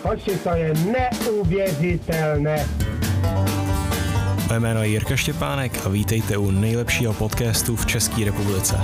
Hoši, to je neuvěřitelné. Moje jméno je Jirka Štěpánek a vítejte u nejlepšího podcastu v České republice.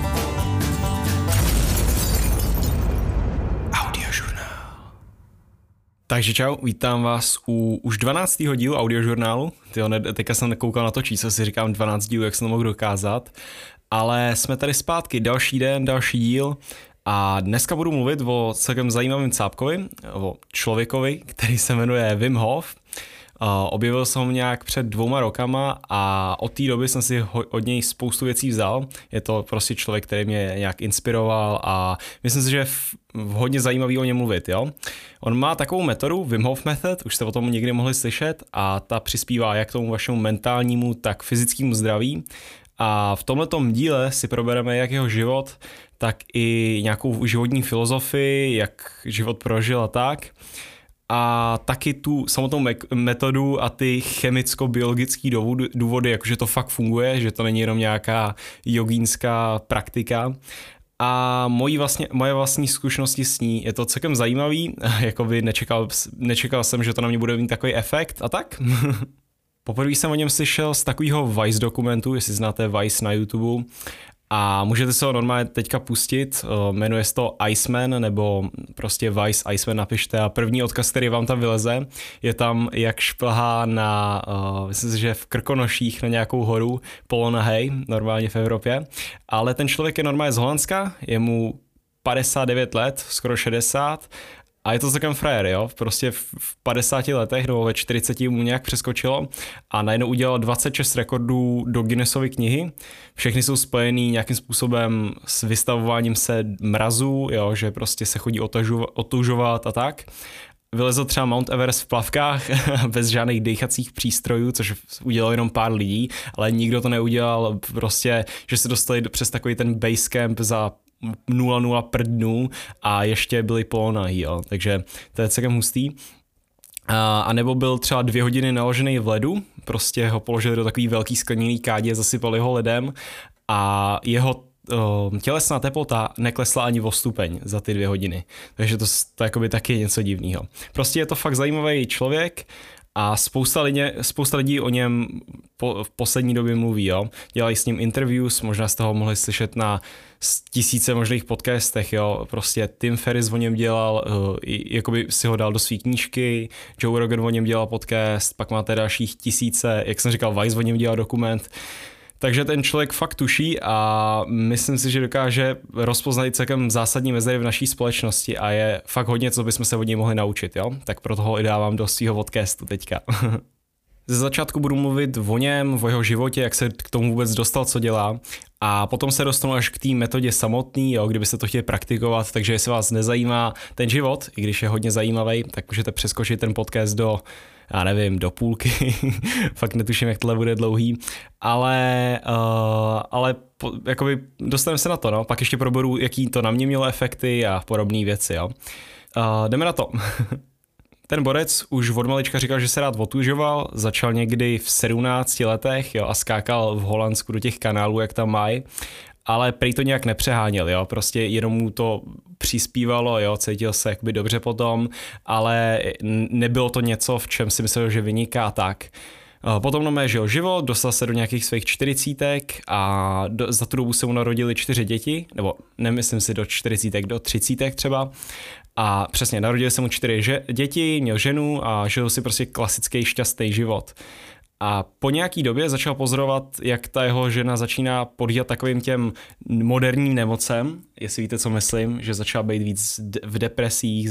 Audiožurnál. Takže čau, vítám vás u už 12. dílu audiožurnálu. Teďka jsem koukal na to číslo, si říkám 12 dílů, jak jsem to mohl dokázat. Ale jsme tady zpátky, další den, další díl. A dneska budu mluvit o celkem zajímavém cápkovi, o člověkovi, který se jmenuje Wim Hof. Objevil jsem ho nějak před 2 rokama a od té doby jsem si od něj spoustu věcí vzal. Je to prostě člověk, který mě nějak inspiroval a myslím si, že je hodně zajímavý o něm mluvit. Jo? On má takovou metodu, Wim Hof Method, už jste o tom někdy mohli slyšet, a ta přispívá jak tomu vašemu mentálnímu, tak fyzickému zdraví. A v tomhletom díle si probereme jak jeho život, tak i nějakou životní filozofii, jak život prožil a tak. A taky tu samotnou metodu a ty chemicko-biologické důvody, jakože to fakt funguje, že to není jenom nějaká jogínská praktika. A moje vlastní zkušenosti s ní, je to celkem zajímavý, jakoby nečekal jsem, že to na mě bude mít takový efekt a tak. Poprvé jsem o něm slyšel z takového Vice dokumentu, jestli znáte Vice na YouTube, a můžete se ho normálně teďka pustit, jmenuje se to Iceman, nebo prostě Vice Iceman napište a první odkaz, který vám tam vyleze, je tam, jak šplhá na, myslím si, že v Krkonoších na nějakou horu, polonahej, normálně v Evropě, ale ten člověk je normálně z Holandska, je mu 59 let, skoro 60, a je to celkem frajer, jo, prostě v 50 letech nebo ve 40 mu nějak přeskočilo a najednou udělal 26 rekordů do Guinnessovy knihy. Všechny jsou spojený nějakým způsobem s vystavováním se mrazu, jo, že prostě se chodí otužovat a tak. Vylezl třeba Mount Everest v plavkách bez žádných dýchacích přístrojů, což udělalo jenom pár lidí, ale nikdo to neudělal prostě, že se dostali přes takový ten base camp za 0,0 prdnů a ještě byli polonahý, jo, takže to je celkem hustý. A nebo byl třeba 2 hodiny naložený v ledu, prostě ho položili do takový velký skleněný kádě, zasypali ho ledem a jeho tělesná teplota neklesla ani o stupeň za ty 2 hodiny, takže to jakoby taky je něco divného. Prostě je to fakt zajímavý člověk a spousta lidí o něm v poslední době mluví, jo. Dělají s ním interviews, možná jste ho mohli slyšet na tisíce možných podcastech, jo. Prostě Tim Ferriss o něm dělal, jakoby si ho dal do své knížky, Joe Rogan o něm dělal podcast, pak máte dalších tisíce, jak jsem říkal, Vice o něm dělal dokument. Takže ten člověk fakt tuší a myslím si, že dokáže rozpoznat celkem zásadní mezery v naší společnosti a je fakt hodně, co bychom se od něj mohli naučit, jo? Tak proto ho i dávám do svého podcastu teďka. Ze začátku budu mluvit o něm, o jeho životě, jak se k tomu vůbec dostal, co dělá, a potom se dostanu až k té metodě samotný, jo, kdybyste to chtěli praktikovat, takže jestli vás nezajímá ten život, i když je hodně zajímavý, tak můžete přeskočit ten podcast do, já nevím, do půlky, fakt netuším, jak tohle bude dlouhý, ale jakoby dostaneme se na to, no, pak ještě proberu, jaký to na mě mělo efekty a podobné věci, jo. Jdeme na to. Ten borec už od malička říkal, že se rád otužoval, začal někdy v 17 letech, jo, a skákal v Holandsku do těch kanálů, jak tam mají, ale prý to nějak nepřeháněl, jo, prostě jenom mu to přispívalo, jo, cítil se jakoby dobře potom, ale nebylo to něco, v čem si myslel, že vyniká tak. Potom normálně žil život, dostal se do nějakých svých 40 a za tu dobu se mu narodili 4 děti, nebo nemyslím si do 40, do 30 třeba. A přesně, narodili se mu 4 děti, měl ženu a žil si prostě klasický šťastný život. A po nějaký době začal pozorovat, jak ta jeho žena začíná podíhat takovým těm moderním nemocem, jestli víte, co myslím, že začala být víc v depresích,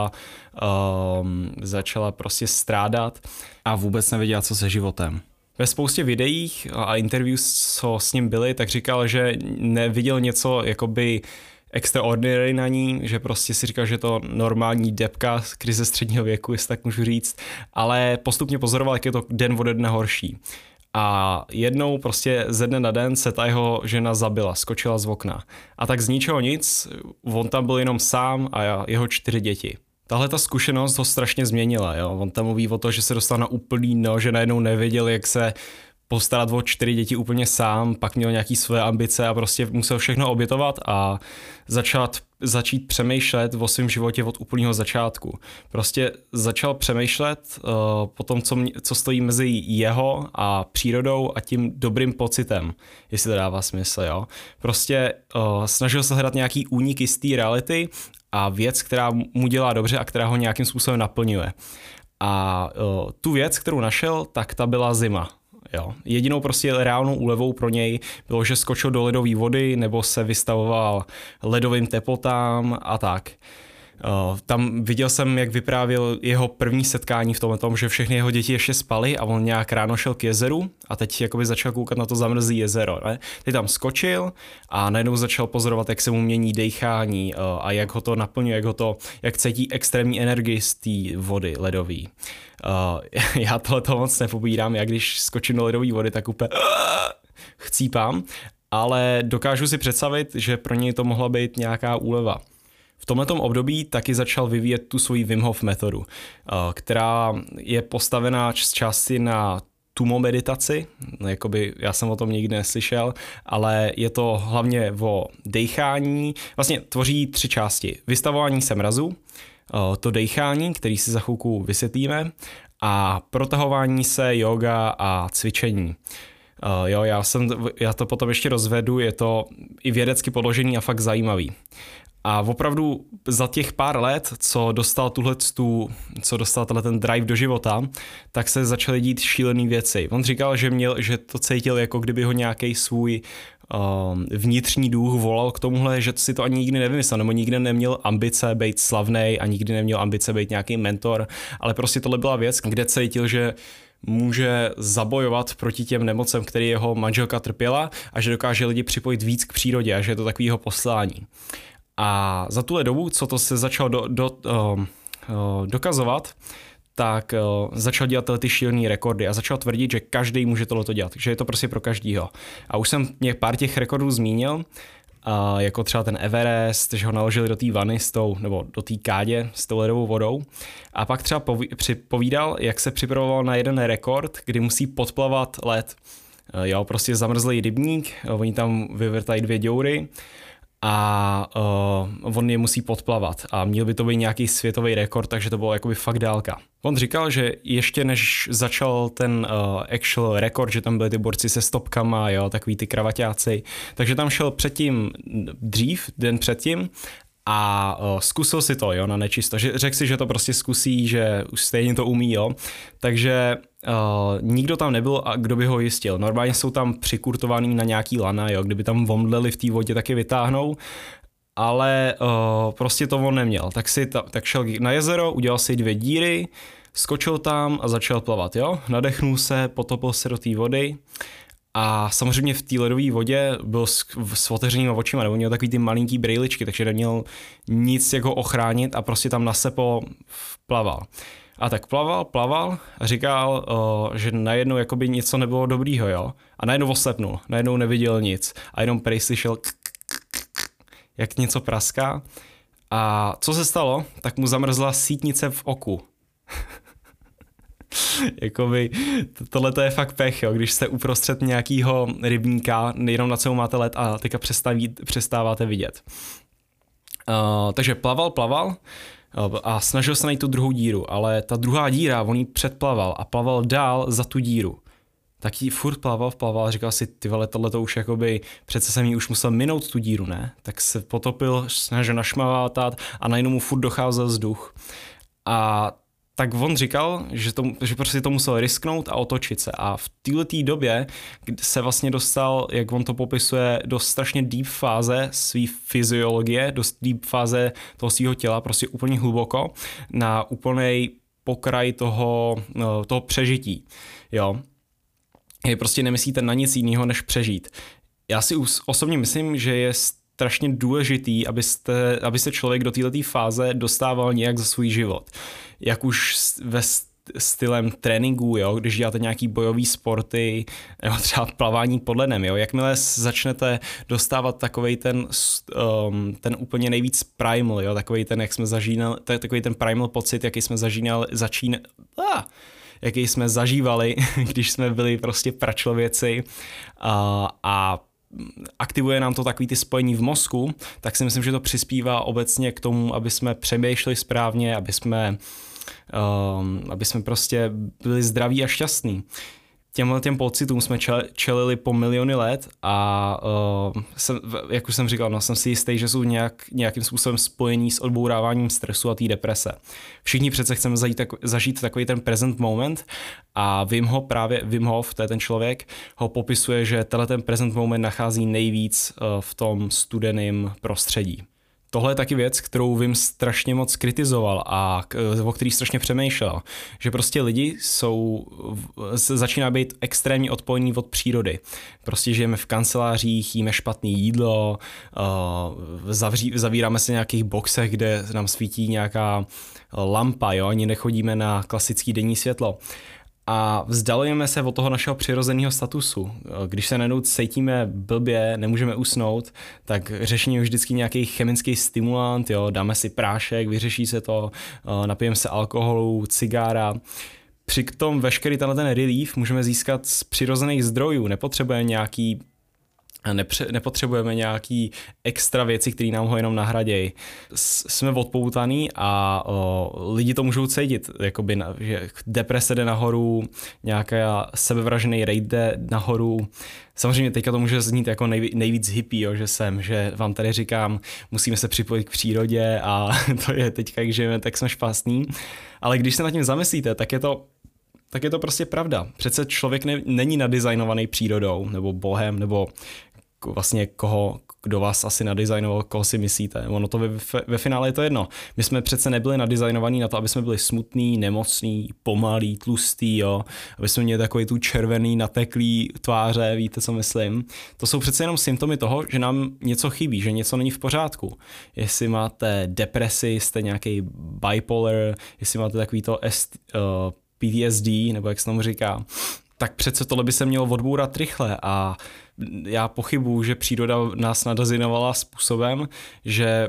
začala prostě strádat a vůbec nevěděla, co se životem. Ve spoustě videích a interviews, co s ním byly, tak říkal, že neviděl něco jakoby extraordinary na ní, že prostě si říkal, že to normální depka z krize středního věku, jestli tak můžu říct, ale postupně pozoroval, jak je to den ode dne horší. A jednou prostě ze dne na den se ta jeho žena zabila, skočila z okna. A tak z ničeho nic, on tam byl jenom sám a jeho 4 děti. Tahle ta zkušenost ho strašně změnila, jo. On tam mluví o to, že se dostal na úplný dno, že najednou nevěděl, jak se postarat o 4 děti úplně sám, pak měl nějaký své ambice a prostě musel všechno obětovat a začít přemýšlet o svém životě od úplného začátku. Prostě začal přemýšlet po tom, co stojí mezi jeho a přírodou a tím dobrým pocitem, jestli to dává smysl, jo. Prostě snažil se hledat nějaký úniky z té reality a věc, která mu dělá dobře a která ho nějakým způsobem naplňuje. A tu věc, kterou našel, tak ta byla zima. Jo. Jedinou prostě reálnou úlevou pro něj bylo, že skočil do ledové vody nebo se vystavoval ledovým teplotám a tak. Tam viděl jsem, jak vyprávěl jeho první setkání v tom, že všechny jeho děti ještě spaly a on nějak ráno šel k jezeru a teď jakoby začal koukat na to zamrzlé jezero. Ne? Teď tam skočil a najednou začal pozorovat, jak se mu mění dejchání a jak ho to naplňuje, jak cítí extrémní energii z té vody ledové. Já tohle moc nepobírám, já když skočím do ledové vody, tak úplně chcípám, ale dokážu si představit, že pro něj to mohla být nějaká úleva. V tomhletom období taky začal vyvíjet tu svoji Wim Hof metodu, která je postavená z části na tumo meditaci, jakoby já jsem o tom nikdy neslyšel, ale je to hlavně o dejchání, vlastně tvoří 3 části. Vystavování se mrazu, to dejchání, který si za chvilku vysvětlíme, a protahování se, yoga a cvičení. Jo, já to potom ještě rozvedu, je to i vědecky podložený a fakt zajímavý. A opravdu za těch pár let, co dostal ten drive do života, tak se začaly dít šílený věci. On říkal, že to cítil, jako kdyby ho nějaký svůj vnitřní duch volal k tomuhle, že si to ani nikdy nevymyslel, nebo nikdy neměl ambice být slavnej a nikdy neměl ambice být nějaký mentor, ale prostě tohle byla věc, kde cítil, že může zabojovat proti těm nemocem, který jeho manželka trpěla, a že dokáže lidi připojit víc k přírodě a že je to takový jeho poslání. A za tuhle dobu, co to se začal dokazovat, tak začal dělat ty šílené rekordy a začal tvrdit, že každý může tohleto dělat, že je to prostě pro každýho. A už jsem pár těch rekordů zmínil, jako třeba ten Everest, že ho naložili do té vany nebo do té kádě s tou ledovou vodou. A pak třeba povídal, jak se připravoval na jeden rekord, kdy musí podplavat led. Jo, prostě zamrzlý rybník, oni tam vyvrtají 2 děury a on je musí podplavat a měl by to být nějaký světový rekord, takže to bylo jakoby fakt dálka. On říkal, že ještě než začal ten actual rekord, že tam byli ty borci se stopkama, jo, takový ty kravaťáci, takže tam šel den předtím a zkusil si to, jo, na nečisto. Řekl si, že to prostě zkusí, že už stejně to umí, jo. Takže nikdo tam nebyl a kdo by ho jistil. Normálně jsou tam přikurtovaný na nějaký lana, jo, kdyby tam vomdleli v té vodě, taky vytáhnou, ale prostě to on neměl. Tak šel na jezero, udělal si 2 díry, skočil tam a začal plavat, jo. Nadechnul se, potopil se do té vody. A samozřejmě v té ledové vodě byl s otevřenýma očima, nebo měl takový ty malinký brejličky, takže neměl nic, jak ho ochránit a prostě tam nasepo plaval. A tak plaval a říkal, že najednou jakoby něco nebylo dobrýho, jo. A najednou oslepnul, najednou neviděl nic a jenom prej slyšel jak něco praská. A co se stalo? Tak mu zamrzla sítnice v oku. Jakoby, tohle je fakt pech, jo, když jste uprostřed nějakého rybníka, jenom na celou máte led a teďka přestáváte vidět. Takže plaval a snažil se najít tu druhou díru, ale ta druhá díra, on ji předplaval a plaval dál za tu díru. Tak ji furt plaval a říkal si, ty vole, tohleto už jakoby, přece jsem ji už musel minout tu díru, ne? Tak se potopil, snažil našmavátat a najednou mu furt docházel vzduch. A tak on říkal, že prostě to musel risknout a otočit se. A v této době se vlastně dostal, jak on to popisuje, do strašně deep fáze své fyziologie, do deep fáze toho svého těla, prostě úplně hluboko, na úplnej pokraj toho přežití. Jo. Prostě nemyslíte na nic jiného, než přežít. Já si osobně myslím, že je strašně důležitý, aby se člověk do této fáze dostával nějak za svůj život. Jak už ve stylem tréninku, jo, když děláte nějaký bojový sporty, nebo třeba plavání pod ledem, jo, jakmile začnete dostávat takovej ten úplně nejvíc primal, jo, takový ten, jak jsme zažínali, takový ten primal pocit, jaký jsme jaký jsme zažívali, když jsme byli prostě pračlověci a aktivuje nám to takový ty spojení v mozku, tak si myslím, že to přispívá obecně k tomu, aby jsme přemýšleli správně, aby jsme prostě byli zdraví a šťastní. Těm pocitům jsme čelili po miliony let a jak už jsem říkal, jsem si jistý, že jsou nějakým způsobem spojení s odbouráváním stresu a té deprese. Všichni přece chceme zažít takový ten present moment a Wim Hof, to je ten člověk, ho popisuje, že ten present moment nachází nejvíc v tom studeném prostředí. Tohle je taky věc, kterou Wim strašně moc kritizoval a o který strašně přemýšlel. Že prostě lidi začíná být extrémně odpojení od přírody. Prostě žijeme v kancelářích, jíme špatné jídlo, zavíráme se v nějakých boxech, kde nám svítí nějaká lampa, jo? Ani nechodíme na klasický denní světlo. A vzdalujeme se od toho našeho přirozeného statusu. Když se najednou cítíme blbě, nemůžeme usnout, tak řešení je vždycky nějaký chemický stimulant, jo? Dáme si prášek, vyřeší se to, napijeme se alkoholu, cigára. Přitom veškerý ten relief můžeme získat z přirozených zdrojů, nepotřebujeme nějaký extra věci, které nám ho jenom nahradějí. Jsme odpoutaný a lidi to můžou cítit, jakoby, že deprese jde nahoru, nějaká sebevražený rate jde nahoru. Samozřejmě teďka to může znít jako nejvíc hippie, jo, že vám tady říkám, musíme se připojit k přírodě a to je teďka, jak žijeme, tak jsme špatní. Ale když se nad tím zamyslíte, tak je to prostě pravda. Přece člověk není nadizajnovaný přírodou, nebo Bohem, nebo vlastně kdo vás asi nadizajnoval, koho si myslíte. Ono to ve finále je to jedno. My jsme přece nebyli nadizajnovaní na to, aby jsme byli smutný, nemocný, pomalý, tlustý, jo. Aby jsme měli takový tu červený, nateklý tváře, víte, co myslím. To jsou přece jenom symptomy toho, že nám něco chybí, že něco není v pořádku. Jestli máte depresi, jste nějaký bipolar, jestli máte takovýto PTSD, nebo jak se tomu říká, tak přece tohle by se mělo odbourat rychle a já pochybuju, že příroda nás nadizajnovala způsobem, že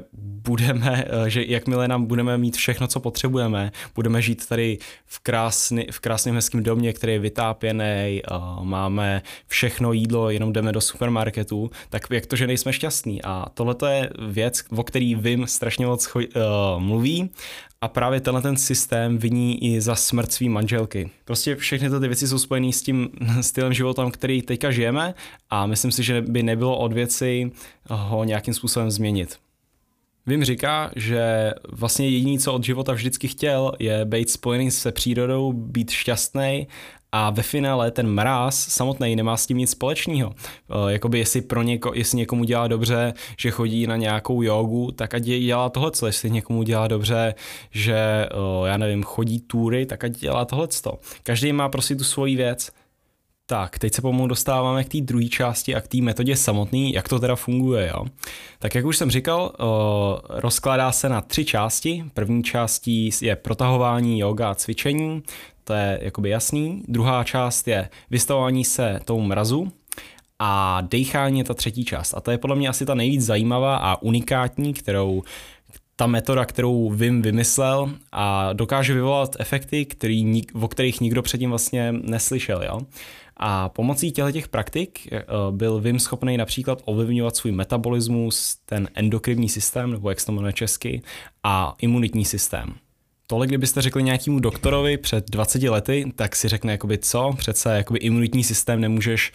jakmile nám budeme mít všechno, co potřebujeme, budeme žít tady v krásném hezkém domě, který je vytápěný, máme všechno jídlo, jenom jdeme do supermarketu, tak jak to, že nejsme šťastní. A tohle je věc, o který Wim strašně moc mluví. A právě ten systém viní i za smrt svý manželky. Prostě všechny ty věci jsou spojené s tím stylem života, který teďka žijeme a myslím si, že by nebylo od věci ho nějakým způsobem změnit. Vím říká, že vlastně jediné, co od života vždycky chtěl, je být spojený se přírodou, být šťastný a ve finále ten mráz samotný nemá s tím nic společného. Jakoby jestli někomu dělá dobře, že chodí na nějakou jogu, tak ať dělá tohleto. Jestli někomu dělá dobře, že já nevím, chodí túry, tak ať dělá tohleto. Každý má prostě tu svoji věc. Tak, teď se pomalu dostáváme k té druhé části a k té metodě samotný, jak to teda funguje, jo. Tak jak už jsem říkal, rozkládá se na 3 části. První částí je protahování, yoga a cvičení, to je jakoby jasný. Druhá část je vystavování se tomu mrazu a dejchání je ta 3. část. A to je podle mě asi ta nejvíc zajímavá a unikátní, ta metoda, kterou Wim vymyslel a dokáže vyvolat efekty, o kterých nikdo předtím vlastně neslyšel, jo. A pomocí těchto praktik byl Wim schopný například ovlivňovat svůj metabolismus, ten endokrinní systém, nebo jak se to jmenuje česky, a imunitní systém. Tohle, kdybyste řekli nějakému doktorovi před 20 lety, tak si řekne, jakoby co, přece jakoby imunitní systém nemůžeš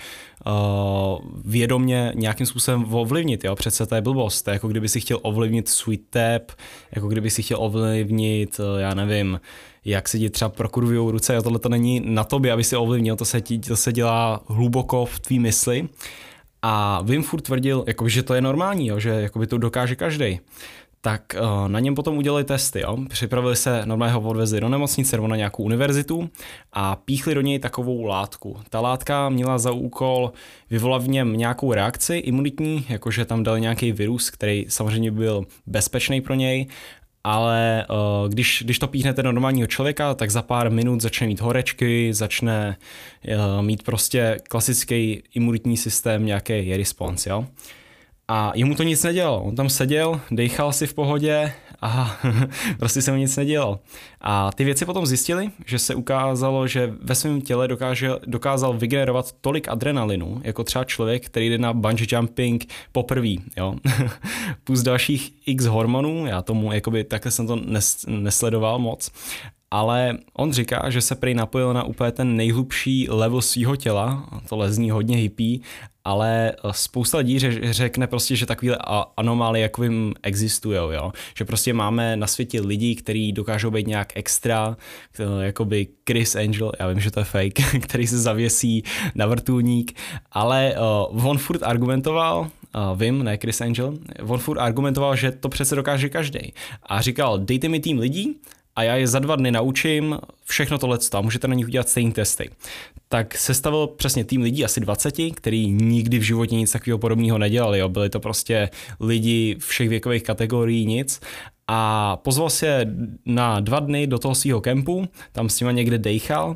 vědomě nějakým způsobem ovlivnit, jo? Přece to je blbost, to je jako kdyby si chtěl ovlivnit svůj tep, jako kdyby si chtěl ovlivnit, já nevím, jak se ti třeba prokurvujou ruce, jo? Tohle to není na tobě, aby si ovlivnil, to se dělá hluboko v tvý mysli. A Wim furt tvrdil, jakoby, že to je normální, jo? Že jakoby to dokáže každý. Tak na něm potom udělali testy, jo? Připravili se, normálně ho odvezli do nemocnice nebo na nějakou univerzitu a píchli do něj takovou látku. Ta látka měla za úkol vyvolat v něm nějakou reakci imunitní, jakože tam dali nějaký virus, který samozřejmě byl bezpečný pro něj, ale když to píchnete do normálního člověka, tak za pár minut začne mít horečky, začne mít prostě klasický imunitní systém, nějaký response, jo? A jemu to nic nedělalo, on tam seděl, dejchal si v pohodě aha, prostě jsem nic nedělal. A ty věci potom zjistili, že se ukázalo, že ve svém těle dokázal vygenerovat tolik adrenalinu, jako třeba člověk, který jde na bungee jumping poprvé, jo. Plus dalších x hormonů, já tomu jakoby takhle jsem to nesledoval moc, ale on říká, že se prý napojil na úplně ten nejhlubší level svého těla, to zní hodně hippie, ale spousta lidí řekne prostě, že takovýhle anomálie jako vím existujou, jo? Že prostě máme na světě lidi, kteří dokážou být nějak extra, jakoby Chris Angel, já vím, že to je fake, který se zavěsí na vrtulník, ale on furt argumentoval, Vim, ne Chris Angel, on furt argumentoval, že to přece dokáže každý. A říkal, dejte mi tým lidí, a já je za 2 dny naučím všechno tohleto a můžete na nich udělat stejné testy. Tak sestavil přesně tým lidí, asi 20, který nikdy v životě nic takového podobného nedělali. Jo. Byli to prostě lidi všech věkových kategorií, nic. A pozval se na 2 dny do toho svého kempu, tam s nima někde dejchal.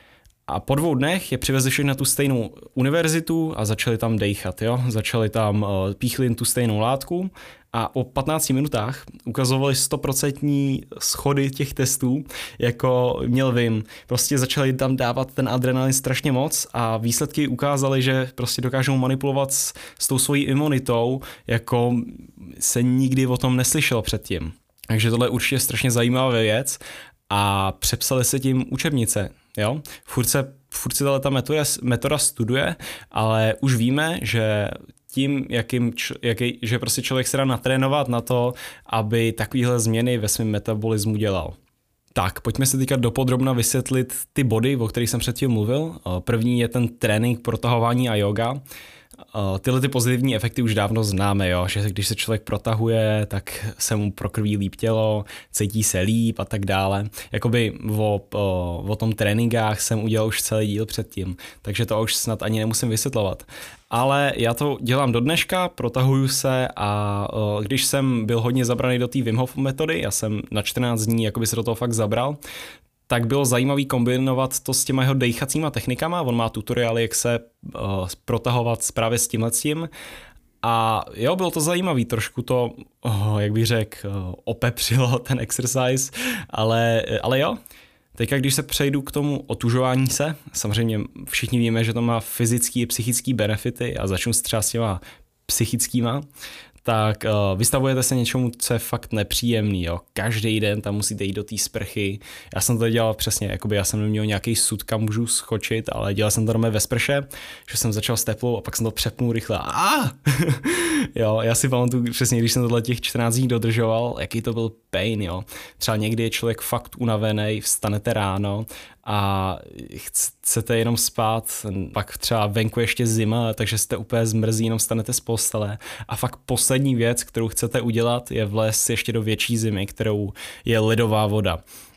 A po 2 dnech je přivezli všechny na tu stejnou univerzitu a začali tam dejchat, jo. Začali tam píchlit tu stejnou látku a po 15 minutách ukazovali 100% schody těch testů, jako měl Vim. Prostě začali tam dávat ten adrenalin strašně moc a výsledky ukázaly, že prostě dokážou manipulovat s tou svojí imunitou, jako se nikdy o tom neslyšelo předtím. Takže tohle je určitě strašně zajímavá věc a přepsali se tím učebnice. Jo? Furt se ta metoda studuje, ale už víme, že tím, že prostě člověk se dá natrénovat na to, aby takovéhle změny ve svém metabolismu dělal. Tak, pojďme se teďka dopodrobna vysvětlit ty body, o kterých jsem předtím mluvil. První je ten trénink, protahování a yoga. Tyhle ty pozitivní efekty už dávno známe, jo? Že když se člověk protahuje, tak se mu prokrví líp tělo, cítí se líp a tak dále. Jakoby o tom tréninkách jsem udělal už celý díl předtím, takže to už snad ani nemusím vysvětlovat. Ale já to dělám do dneška, protahuju se a když jsem byl hodně zabraný do té Wim Hof metody, já jsem na 14 dní jakoby se do toho fakt zabral, tak bylo zajímavý kombinovat to s těma jeho dejchacíma technikama. On má tutoriály, jak se protahovat právě s tímhletím. A jo, bylo to zajímavý, trošku to, jak bych řekl, opepřilo ten exercise, ale jo. Teďka, když se přejdu k tomu otužování se, samozřejmě všichni víme, že to má fyzický i psychický benefity a začnu třeba s těma psychickýma, tak vystavujete se něčemu, co je fakt nepříjemný, jo. Každý den tam musíte jít do té sprchy. Já jsem to dělal přesně, jakoby já jsem neměl nějaký sud, kam můžu skočit, ale dělal jsem to doma ve sprše, že jsem začal s teplou a pak jsem to přepnul rychle. Jo, já si pamatuju přesně, když jsem tohle těch 14 dní dodržoval, jaký to byl pain, jo. Třeba někdy je člověk fakt unavený, vstanete ráno a chcete jenom spát, pak třeba venku ještě zima, takže jste úplně zmrzí, jenom stanete z postele a fakt poslední věc, kterou chcete udělat, je vlézt ještě do větší zimy, kterou je ledová voda.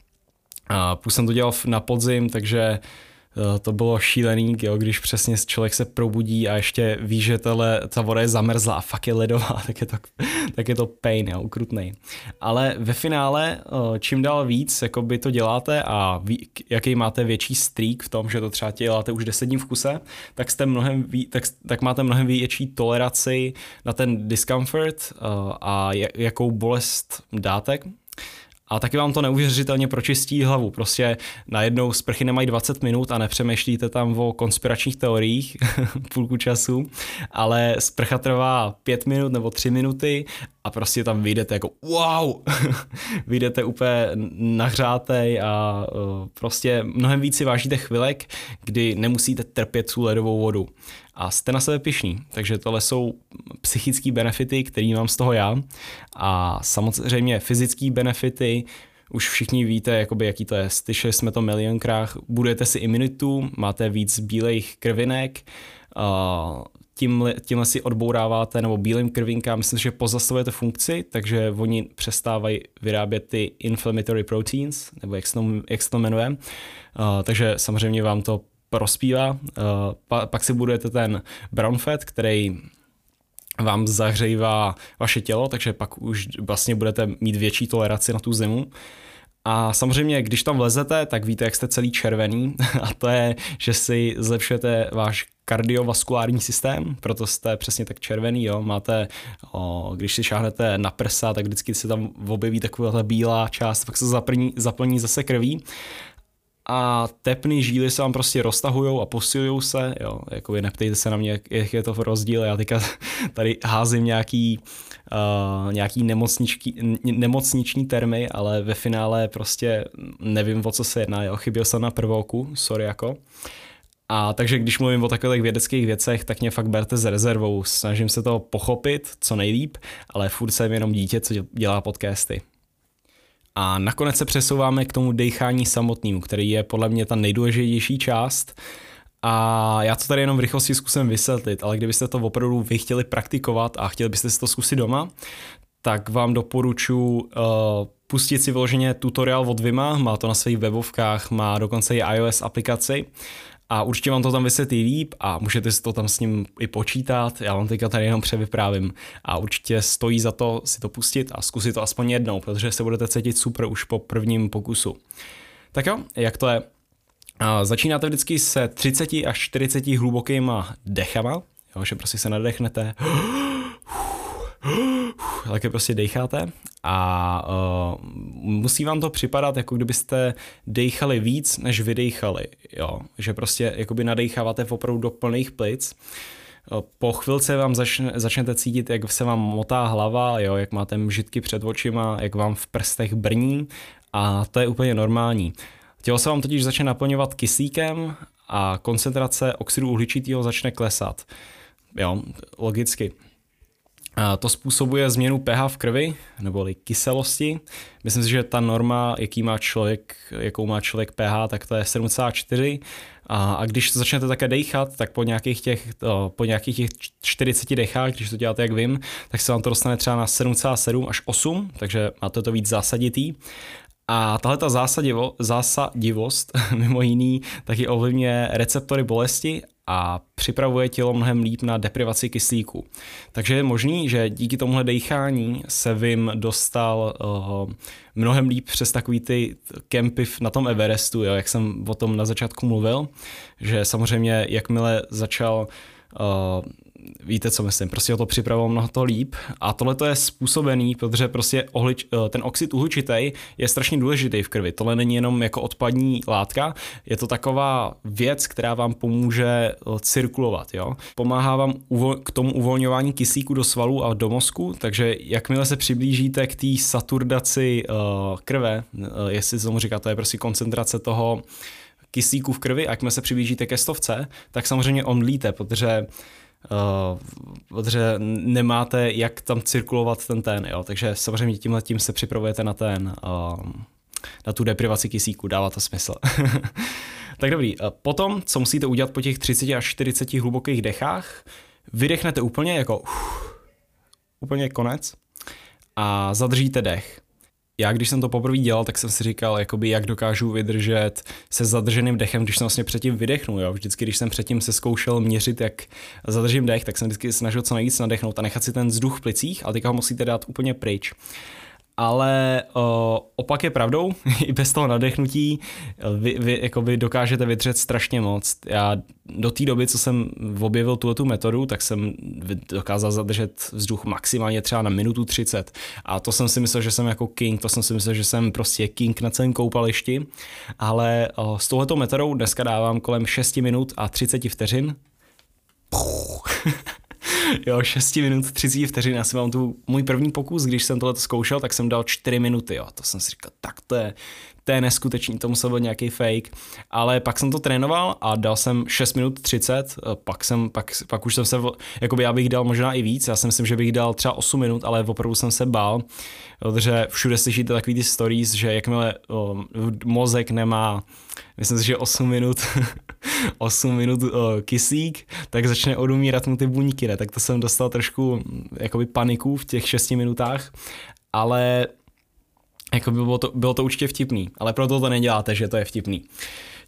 A plus jsem to dělal na podzim, takže to bylo šílený, jo, když přesně člověk se probudí a ještě ví, že ta voda je zamrzlá a fakt je ledová, tak je to pain, jo, ukrutnej. Ale ve finále, čím dál víc jakoby to děláte a jaký máte větší streak v tom, že to třeba děláte už 10 dní v kuse, tak tak máte mnohem větší toleraci na ten discomfort a jakou bolest dáte. A taky vám to neuvěřitelně pročistí hlavu. Prostě najednou sprchy nemají 20 minut a nepřemýšlíte tam o konspiračních teoriích půlku času, ale sprcha trvá 5 minut nebo 3 minuty a prostě tam vyjdete jako wow, vyjdete úplně nahřátej a prostě mnohem víc si vážíte chvilek, kdy nemusíte trpět tu ledovou vodu. A jste na sebe pyšní, takže tohle jsou psychické benefity, který mám z toho já a samozřejmě fyzické benefity, už všichni víte, jakoby, jaký to je, slyšeli jsme to milionkrát, budujete si imunitu, máte víc bílejch krvinek, tímhle si odbouráváte, nebo bílým krvinkám, myslím, že pozastavujete funkci, takže oni přestávají vyrábět ty inflammatory proteins, nebo jak se to jmenuje, takže samozřejmě vám to prospívá. Pak si budujete ten brown fat, který vám zahřívá vaše tělo, takže pak už vlastně budete mít větší toleraci na tu zimu. A samozřejmě, když tam vlezete, tak víte, jak jste celý červený a to je, že si zlepšujete váš kardiovaskulární systém, proto jste přesně tak červený, jo. Máte, když si šáhnete na prsa, tak vždycky se tam objeví taková bílá část, pak se zaplní zase krví. A tepny žíly se vám prostě roztahujou a posilujou se, jo, jako neptejte se na mě, jak je to v rozdíl, já teďka tady házím nějaký nemocniční termy, ale ve finále prostě nevím, o co se jedná, jo, chyběl jsem na prvouku, sorry jako. A takže když mluvím o takových vědeckých věcech, tak mě fakt berte s rezervou, snažím se to pochopit co nejlíp, ale furt jsem jenom dítě, co dělá podcasty. A nakonec se přesouváme k tomu dejchání samotnému, který je podle mě ta nejdůležitější část. A já to tady jenom v rychlosti zkusím vysvětlit, ale kdybyste to opravdu vy chtěli praktikovat a chtěli byste si to zkusit doma, tak vám doporučuji pustit si vyloženě tutoriál od Vima, má to na svých webovkách, má dokonce i iOS aplikaci. A určitě vám to tam vysvětlí líp a můžete si to tam s ním i počítat, já vám teďka tady jenom převyprávím a určitě stojí za to si to pustit a zkusit to aspoň jednou, protože se budete cítit super už po prvním pokusu. Tak jo, jak to je? Začínáte vždycky se 30 až 40 hlubokýma dechama, jo, že prostě se nadechnete, také prostě dejcháte a musí vám to připadat, jako kdybyste dejchali víc, než vydejchali, jo, že prostě jakoby nadecháváte opravdu do plných plic. Po chvilce vám začnete cítit, jak se vám motá hlava, jo, jak máte mžitky před očima, jak vám v prstech brní a to je úplně normální. Tělo se vám totiž začne naplňovat kyslíkem a koncentrace oxidu uhličitého začne klesat. Jo, logicky. A to způsobuje změnu pH v krvi, neboli kyselosti. Myslím si, že ta norma, jakou má člověk pH, tak to je 7,4. A když začnete také dejchat, tak po nějakých těch 40 dechách, když to děláte jak vím, tak se vám to dostane třeba na 7,7 až 8, takže máte to víc zásaditý. A tahleta zásadivost, mimo jiný, taky ovlivňuje receptory bolesti a připravuje tělo mnohem líp na deprivaci kyslíku. Takže je možný, že díky tomuhle dejchání se Vim dostal mnohem líp přes takový ty kempy na tom Everestu, jo, jak jsem o tom na začátku mluvil, že samozřejmě jakmile začal víte, co myslím, prostě o to připravoval mnoho to líp a tohle to je způsobený, protože prostě ten oxid uhličitý je strašně důležitý v krvi. Tohle není jenom jako odpadní látka, je to taková věc, která vám pomůže cirkulovat, jo. Pomáhá vám k tomu uvolňování kyslíku do svalů a do mozku, takže jakmile se přiblížíte k té saturdaci krve, jestli se tomu říká, to je prostě koncentrace toho kyslíku v krvi, a jakmile se přiblížíte ke 100, tak samozřejmě omdlíte, protože nemáte jak tam cirkulovat ten, jo, takže samozřejmě tímhletím se připravujete na tu deprivaci kyslíku, dává to smysl. Tak dobrý, potom, co musíte udělat po těch 30 až 40 hlubokých dechách, vydechnete úplně jako úplně konec a zadržíte dech. Já, když jsem to poprvé dělal, tak jsem si říkal, jakoby, jak dokážu vydržet se zadrženým dechem, když jsem vlastně předtím vydechnul. Jo? Vždycky, když jsem předtím se zkoušel měřit, jak zadržím dech, tak jsem vždycky snažil co nejvíc nadechnout a nechat si ten vzduch v plicích, ale teďka ho musíte dát úplně pryč. Ale opak je pravdou, i bez toho nadechnutí vy jakoby dokážete vydržet strašně moc. Já do té doby, co jsem objevil tu metodu, tak jsem dokázal zadržet vzduch maximálně třeba na minutu 30. A to jsem si myslel, že jsem jako king, to jsem si myslel, že jsem prostě king na celém koupališti. Ale s touhletou metodou dneska dávám kolem 6 minut a 30 vteřin. Jo, 6 minut, 30 vteřin, já si mám tu můj první pokus, když jsem tohle zkoušel, tak jsem dal 4 minuty, jo, to jsem si říkal, tak to je neskutečný, to musel být nějaký fake, ale pak jsem to trénoval a dal jsem 6 minut 30, pak už jsem se, jakoby já bych dal možná i víc, já si myslím, že bych dal třeba 8 minut, ale opravdu jsem se bál, protože všude slyšíte takový ty stories, že jakmile mozek nemá, myslím si, že 8 minut kyslík, tak začne odumírat mu ty buňky, ne? Tak to jsem dostal trošku jakoby paniku v těch 6 minutách, ale jako bylo to určitě vtipný, ale proto to neděláte, že to je vtipný.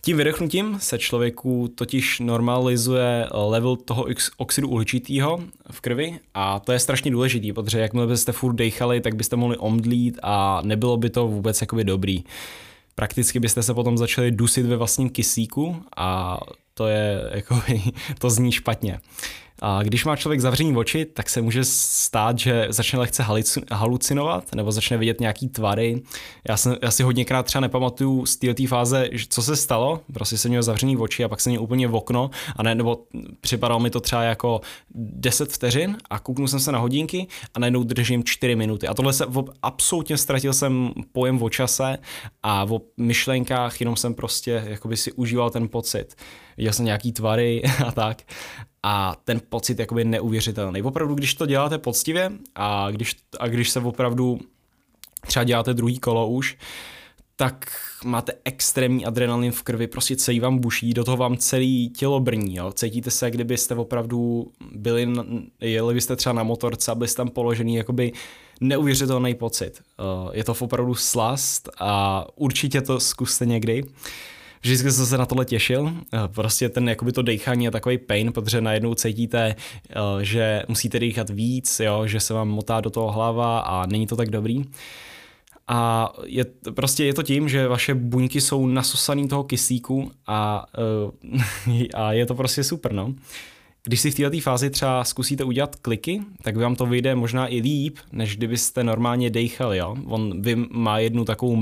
Tím vydechnutím se člověku totiž normalizuje level toho oxidu uhličitého v krvi a to je strašně důležitý, protože jakmile byste furt dejchali, tak byste mohli omdlít a nebylo by to vůbec jakoby dobrý. Prakticky byste se potom začali dusit ve vlastním kyslíku a to je jakoby, to zní špatně. A když má člověk zavřený oči, tak se může stát, že začne lehce halucinovat nebo začne vidět nějaký tvary. Já si hodněkrát třeba nepamatuju z této fáze, co se stalo. Prostě jsem měl zavřený oči a pak jsem měl úplně v okno a ne, nebo připadalo mi to třeba jako 10 vteřin a kouknul jsem se na hodinky a najednou držím 4 minuty. A tohle se absolutně ztratil jsem pojem o čase a o myšlenkách, jenom jsem prostě jakoby si užíval ten pocit. Viděl jsem nějaký tvary a tak. A ten pocit jakoby neuvěřitelný. Opravdu, když to děláte poctivě a když se opravdu třeba děláte druhý kolo už, tak máte extrémní adrenalin v krvi, prostě celý vám buší, do toho vám celé tělo brní, jo? Cítíte se, kdybyste opravdu jeli byste třeba na motorce a byli jste tam položený, jakoby neuvěřitelný pocit. Je to opravdu slast a určitě to zkuste někdy. Vždycky jsem se na tohle těšil, prostě jakoby to dejchání je takový pain, protože najednou cítíte, že musíte dýchat víc, jo, že se vám motá do toho hlava a není to tak dobrý. A je to tím, že vaše buňky jsou nasosaný toho kyslíku a je to prostě super, no. Když si v této fázi třeba zkusíte udělat kliky, tak vám to vyjde možná i líp, než kdybyste normálně dejchali, jo. Vim má jednu takovou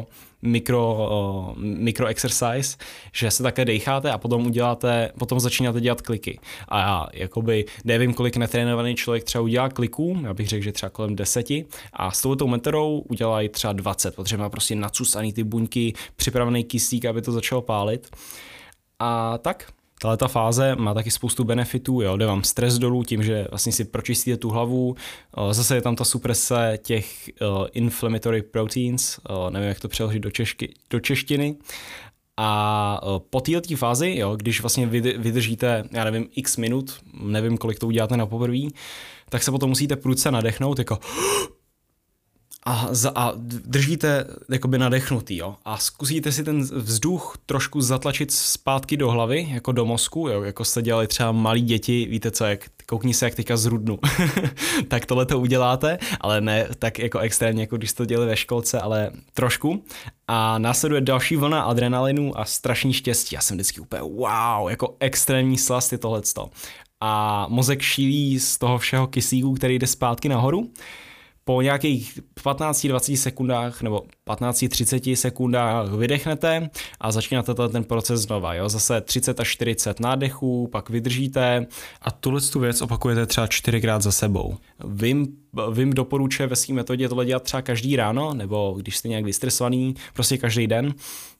mikro exercise, že se také dejcháte a potom začínáte dělat kliky. A já jakoby nevím, kolik netrénovaný člověk třeba udělá kliků, já bych řekl, že třeba kolem 10 a s touto metodou udělají třeba 20, protože má prostě nacusaný ty buňky, připravený kyslík, aby to začalo pálit. A tak. Tato fáze má taky spoustu benefitů, jo, jde vám stres dolů tím, že vlastně si pročistíte tu hlavu, zase je tam ta suprese těch inflammatory proteins, nevím, jak to přeložit do češtiny. A po této fázi, jo, když vlastně vydržíte, já nevím, x minut, nevím, kolik to uděláte na poprvé, tak se potom musíte prudce nadechnout, jako a držíte jakoby nadechnutý, jo, a zkusíte si ten vzduch trošku zatlačit zpátky do hlavy, jako do mozku, jo, jako jste dělali třeba malí děti, víte co, koukni se, jak teďka zrudnu. Tak tohle to uděláte, ale ne tak jako extrémně, jako když jste to dělali ve školce, ale trošku. A následuje další vlna adrenalinu a strašný štěstí. Já jsem vždycky úplně wow, jako extrémní slast je tohleto. A mozek šílí z toho všeho kyslíku, který jde zpátky nahoru. Po nějakých 15-20 sekundách nebo 15-30 sekundách vydechnete a začínáte ten proces znova. Jo? Zase 30 až 40 nádechů, pak vydržíte a tu věc opakujete třeba 4krát za sebou. Vím doporučuje ve své metodě tohle dělat třeba každý ráno, nebo když jste nějak vystresovaný, prostě každý den.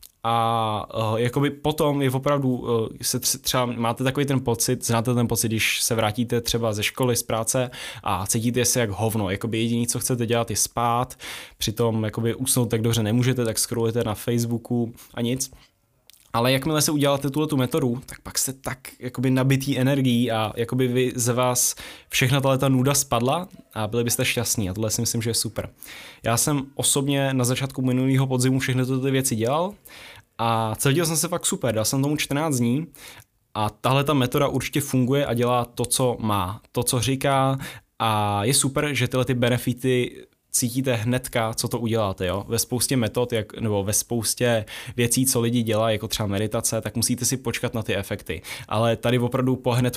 A jakoby potom je opravdu, třeba máte takový ten pocit, znáte ten pocit, když se vrátíte třeba ze školy, z práce a cítíte se jak hovno, jakoby jediné, co chcete dělat, je spát, přitom jakoby usnout tak dobře nemůžete, tak scrollujete na Facebooku a nic. Ale jakmile se uděláte tuhletu metodu, tak pak jste tak jakoby nabitý energií a jakoby ze vás všechna ta nuda spadla a byli byste šťastní a tohle si myslím, že je super. Já jsem osobně na začátku minulého podzimu všechny tyto věci dělal a cítil jsem se fakt super, dal jsem tomu 14 dní a tahle ta metoda určitě funguje a dělá to, co má, to, co říká a je super, že tyhle ty benefity cítíte hnedka, co to uděláte, jo. Ve spoustě metod, nebo ve spoustě věcí, co lidi dělají, jako třeba meditace, tak musíte si počkat na ty efekty. Ale tady opravdu hned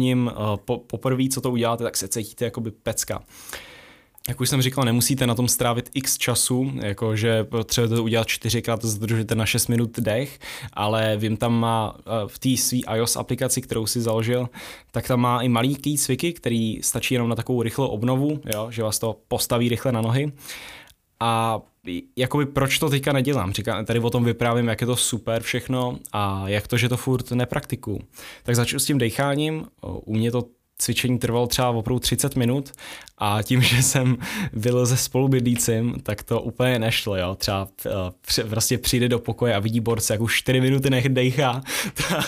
po první, co to uděláte, tak se cítíte jakoby pecka. Jak už jsem říkal, nemusíte na tom strávit x času, jakože potřebujete to udělat 4krát, zdržíte na 6 minut dech, ale vím, tam má v té své iOS aplikaci, kterou si založil, tak tam má i malý cviky, který stačí jenom na takovou rychlou obnovu, jo, že vás to postaví rychle na nohy. A jakoby proč to teďka nedělám? Tady o tom vyprávím, jak je to super všechno a jak to, že to furt nepraktikuju. Tak začnu s tím decháním, u mě to cvičení trvalo třeba opravdu 30 minut a tím, že jsem byl se spolubydlícím, tak to úplně nešlo, jo. Třeba prostě přijde do pokoje a vidí borce, jak už 4 minuty dejchá,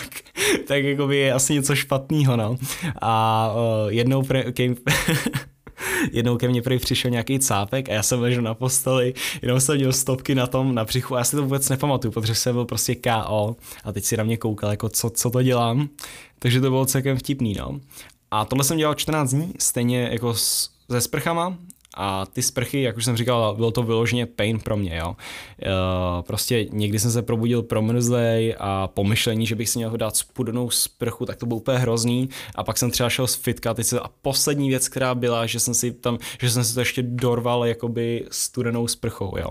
tak jako by je asi něco špatného, no. A jednou Jednou ke mně prý přišel nějaký cápek a já jsem ležel na posteli, jenom jsem měl stopky na břichu a já si to vůbec nepamatuju, protože jsem byl prostě KO a teď si na mě koukal, jako co to dělám, takže to bylo celkem vtipný, no. A tohle jsem dělal 14 dní, stejně jako se sprchama. A ty sprchy, jak už jsem říkal, bylo to vyloženě pain pro mě, jo. Prostě někdy jsem se probudil promrzlej a pomyšlení, že bych si měl dát studenou sprchu, tak to bylo úplně hrozný. A pak jsem třeba šel z fitka, a poslední věc, která byla, že jsem si to ještě dorval jakoby studenou sprchou, jo.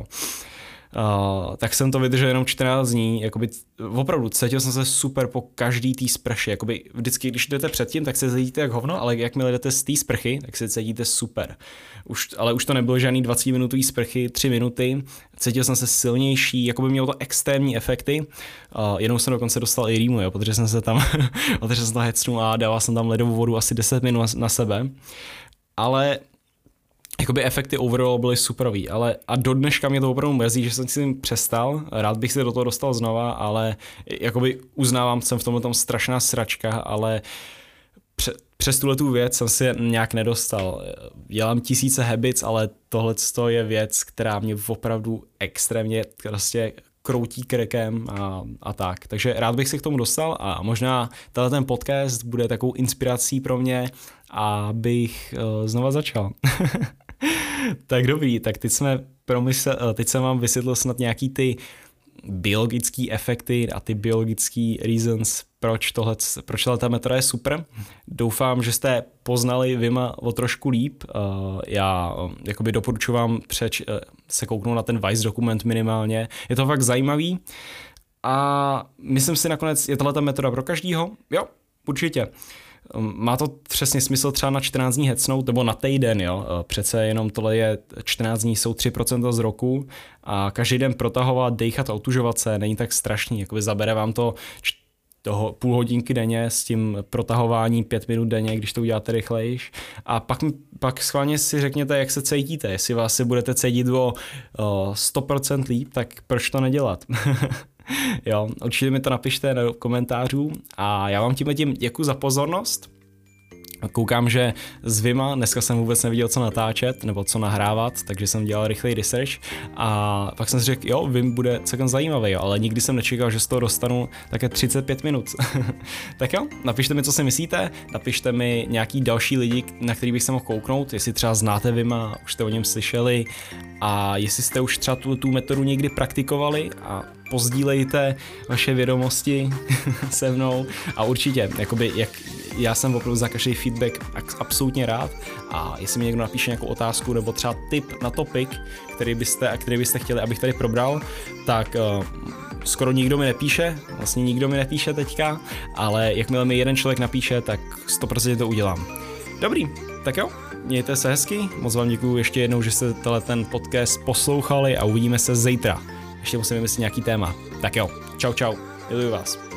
Tak jsem to vydržel jenom 14 dní, jakoby opravdu cítil jsem se super po každý té sprše, jakoby vždycky, když jdete předtím, tak se cítíte jak hovno, ale jakmile jdete z té sprchy, tak se cítíte super. Ale už to nebylo žádný 20-minutový sprchy, 3 minuty, cítil jsem se silnější, jakoby mělo to extrémní efekty, jenom jsem dokonce dostal i rýmu, jo, protože jsem se tam hecnul a dával jsem tam ledovou vodu asi 10 minut na sebe, ale jakoby efekty overall byly superový, a do dneška mě to opravdu mrzí, že jsem si tím přestal, rád bych se do toho dostal znova, ale jakoby uznávám, jsem v tomhle tom strašná sračka, ale přes tuhletu věc jsem si nějak nedostal. Dělám tisíce habits, ale tohle je věc, která mě opravdu extrémně prostě kroutí krkem a tak. Takže rád bych se k tomu dostal a možná ten podcast bude takovou inspirací pro mě, abych znova začal. Tak dobrý, tak teď jsem vám vysvětlil snad nějaký ty biologické efekty a ty biologické reasons, proč ta metoda je super. Doufám, že jste poznali Vima o trošku líp. Já jakoby doporučuji vám se kouknout na ten Vice dokument minimálně. Je to fakt zajímavý a myslím si nakonec, je tato metoda pro každýho? Jo, určitě. Má to přesně smysl třeba na 14 dní hecnout, nebo na týden, jo. Přece jenom tohle je 14 dní, jsou 3% z roku a každý den protahovat, dejchat a otužovat se není tak strašný, jakoby zabere vám to toho půl hodinky denně s tím protahováním 5 minut denně, když to uděláte rychlejš. A pak schválně si řekněte, jak se cítíte. Jestli vás si budete cítit o 100% líp, tak proč to nedělat? Jo, určitě mi to napište do komentářů a já vám tím děkuji za pozornost. Koukám, že z Vima dneska jsem vůbec neviděl, co natáčet nebo co nahrávat, takže jsem dělal rychlej research a pak jsem si řekl, jo, Vim bude celkem zajímavý, jo, ale nikdy jsem nečekal, že z toho dostanu také 35 minut. Tak jo, napište mi, co si myslíte, napište mi nějaký další lidi, na který bych se mohl kouknout, jestli třeba znáte Vima, už jste o něm slyšeli a jestli jste už třeba tu metodu někdy praktikovali a pozdílejte vaše vědomosti se mnou a určitě, jakoby, já jsem opravdu za každý feedback absolutně rád a jestli mi někdo napíše nějakou otázku nebo třeba tip na topic, který byste chtěli, abych tady probral, tak skoro nikdo mi nepíše teďka, ale jakmile mi jeden člověk napíše, tak 100% to udělám. Dobrý, tak jo, mějte se hezky, moc vám děkuju ještě jednou, že jste ten podcast poslouchali a uvidíme se zítra. Ještě musím vymyslet nějaký téma. Tak jo, čau, miluji vás.